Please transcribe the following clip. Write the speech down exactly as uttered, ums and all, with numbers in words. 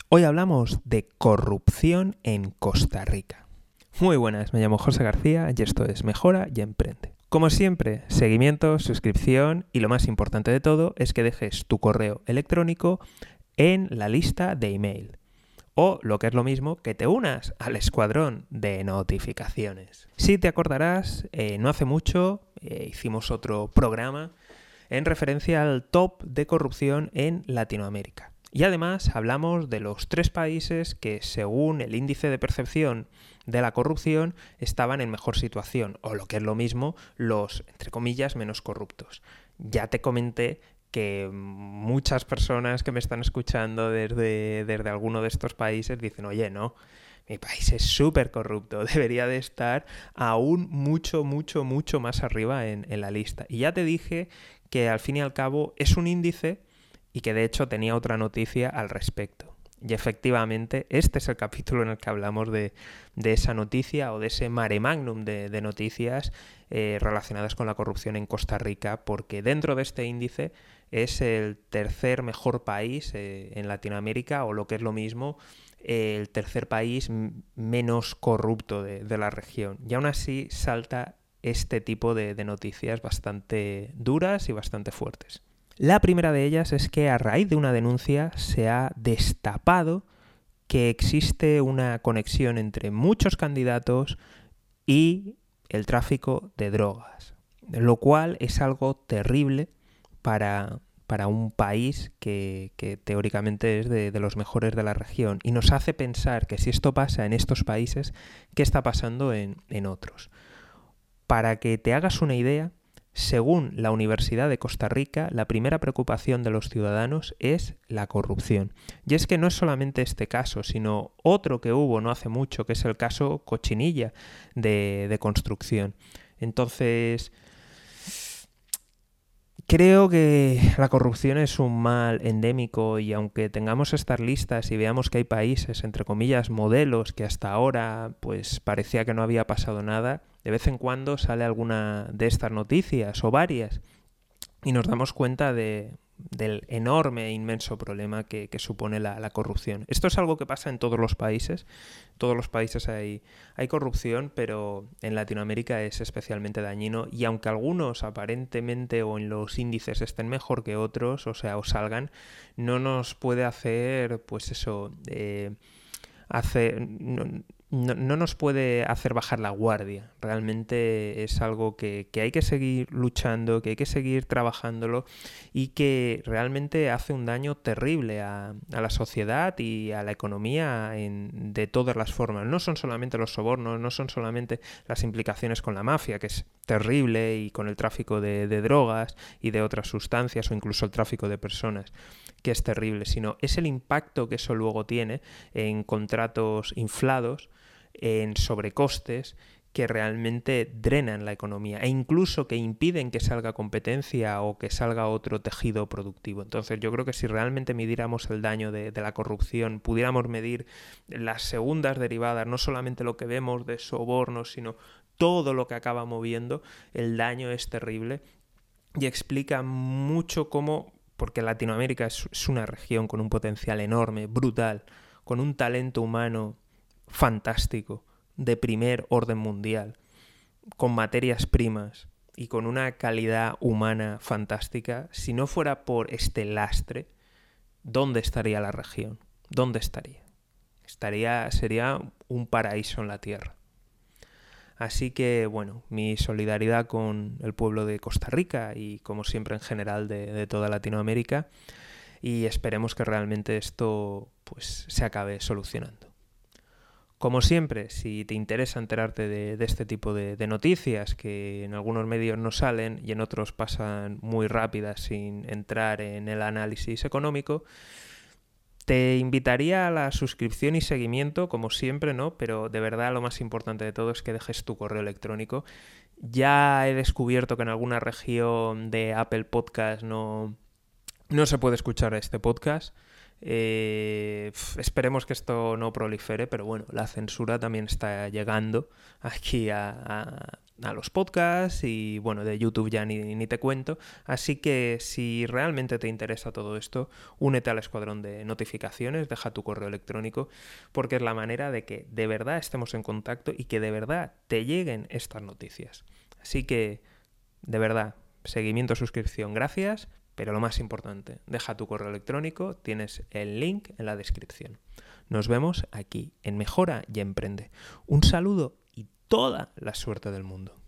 Hoy hablamos de corrupción en Costa Rica. Muy buenas, me llamo José García y esto es Mejora y Emprende. Como siempre, seguimiento, suscripción y lo más importante de todo es que dejes tu correo electrónico en la lista de email. O, lo que es lo mismo, que te unas al escuadrón de notificaciones. Si te acordarás, eh, no hace mucho eh, hicimos otro programa en referencia al top de corrupción en Latinoamérica. Y además hablamos de los tres países que, según el índice de percepción de la corrupción, estaban en mejor situación, o lo que es lo mismo, los, entre comillas, menos corruptos. Ya te comenté que muchas personas que me están escuchando desde, desde alguno de estos países dicen, oye, no, mi país es súper corrupto, debería de estar aún mucho, mucho, mucho más arriba en, en la lista. Y ya te dije que al fin y al cabo es un índice y que de hecho tenía otra noticia al respecto. Y efectivamente, este es el capítulo en el que hablamos de, de esa noticia o de ese mare magnum de, de noticias eh, relacionadas con la corrupción en Costa Rica, porque dentro de este índice es el tercer mejor país eh, en Latinoamérica, o lo que es lo mismo, eh, el tercer país m- menos corrupto de, de la región. Y aún así salta este tipo de, de noticias bastante duras y bastante fuertes. La primera de ellas es que a raíz de una denuncia se ha destapado que existe una conexión entre muchos candidatos y el tráfico de drogas, lo cual es algo terrible para, para un país que, que teóricamente es de, de los mejores de la región y nos hace pensar que si esto pasa en estos países, ¿qué está pasando en, en otros? Para que te hagas una idea, según la Universidad de Costa Rica, la primera preocupación de los ciudadanos es la corrupción. Y es que no es solamente este caso, sino otro que hubo no hace mucho, que es el caso Cochinilla de, de construcción. Entonces, creo que la corrupción es un mal endémico y aunque tengamos estas listas y veamos que hay países, entre comillas, modelos, que hasta ahora pues parecía que no había pasado nada, de vez en cuando sale alguna de estas noticias o varias y nos damos cuenta de, del enorme e inmenso problema que, que supone la, la corrupción. Esto es algo que pasa en todos los países. En todos los países hay, hay corrupción, pero en Latinoamérica es especialmente dañino y aunque algunos aparentemente o en los índices estén mejor que otros, o sea, o salgan, no nos puede hacer, pues eso, eh, hacer... No, No, no nos puede hacer bajar la guardia. Realmente es algo que, que hay que seguir luchando, que hay que seguir trabajándolo y que realmente hace un daño terrible a, a la sociedad y a la economía en, de todas las formas. No son solamente los sobornos, no son solamente las implicaciones con la mafia, que es terrible, y con el tráfico de, de drogas y de otras sustancias o incluso el tráfico de personas, que es terrible, sino es el impacto que eso luego tiene en contratos inflados, en sobrecostes que realmente drenan la economía e incluso que impiden que salga competencia o que salga otro tejido productivo. Entonces yo creo que si realmente midiéramos el daño de, de la corrupción, pudiéramos medir las segundas derivadas, no solamente lo que vemos de sobornos, sino todo lo que acaba moviendo, el daño es terrible y explica mucho cómo, porque Latinoamérica es, es una región con un potencial enorme, brutal, con un talento humano fantástico, de primer orden mundial, con materias primas y con una calidad humana fantástica. Si no fuera por este lastre, ¿dónde estaría la región? ¿Dónde estaría? Estaría, sería un paraíso en la tierra. Así que, bueno, mi solidaridad con el pueblo de Costa Rica y, como siempre, en general de, de toda Latinoamérica, y esperemos que realmente esto pues, se acabe solucionando. Como siempre, si te interesa enterarte de, de este tipo de, de noticias que en algunos medios no salen y en otros pasan muy rápidas sin entrar en el análisis económico, te invitaría a la suscripción y seguimiento, como siempre, ¿no? Pero de verdad lo más importante de todo es que dejes tu correo electrónico. Ya he descubierto que en alguna región de Apple Podcast no, no se puede escuchar este podcast. Eh, pf, esperemos que esto no prolifere, pero bueno, la censura también está llegando aquí a, a, a los podcasts y bueno, de YouTube ya ni, ni te cuento. Así que si realmente te interesa todo esto, únete al escuadrón de notificaciones, deja tu correo electrónico, porque es la manera de que de verdad estemos en contacto y que de verdad te lleguen estas noticias. Así que, de verdad, seguimiento, suscripción, gracias. Pero lo más importante, deja tu correo electrónico, tienes el link en la descripción. Nos vemos aquí en Mejora y Emprende. Un saludo y toda la suerte del mundo.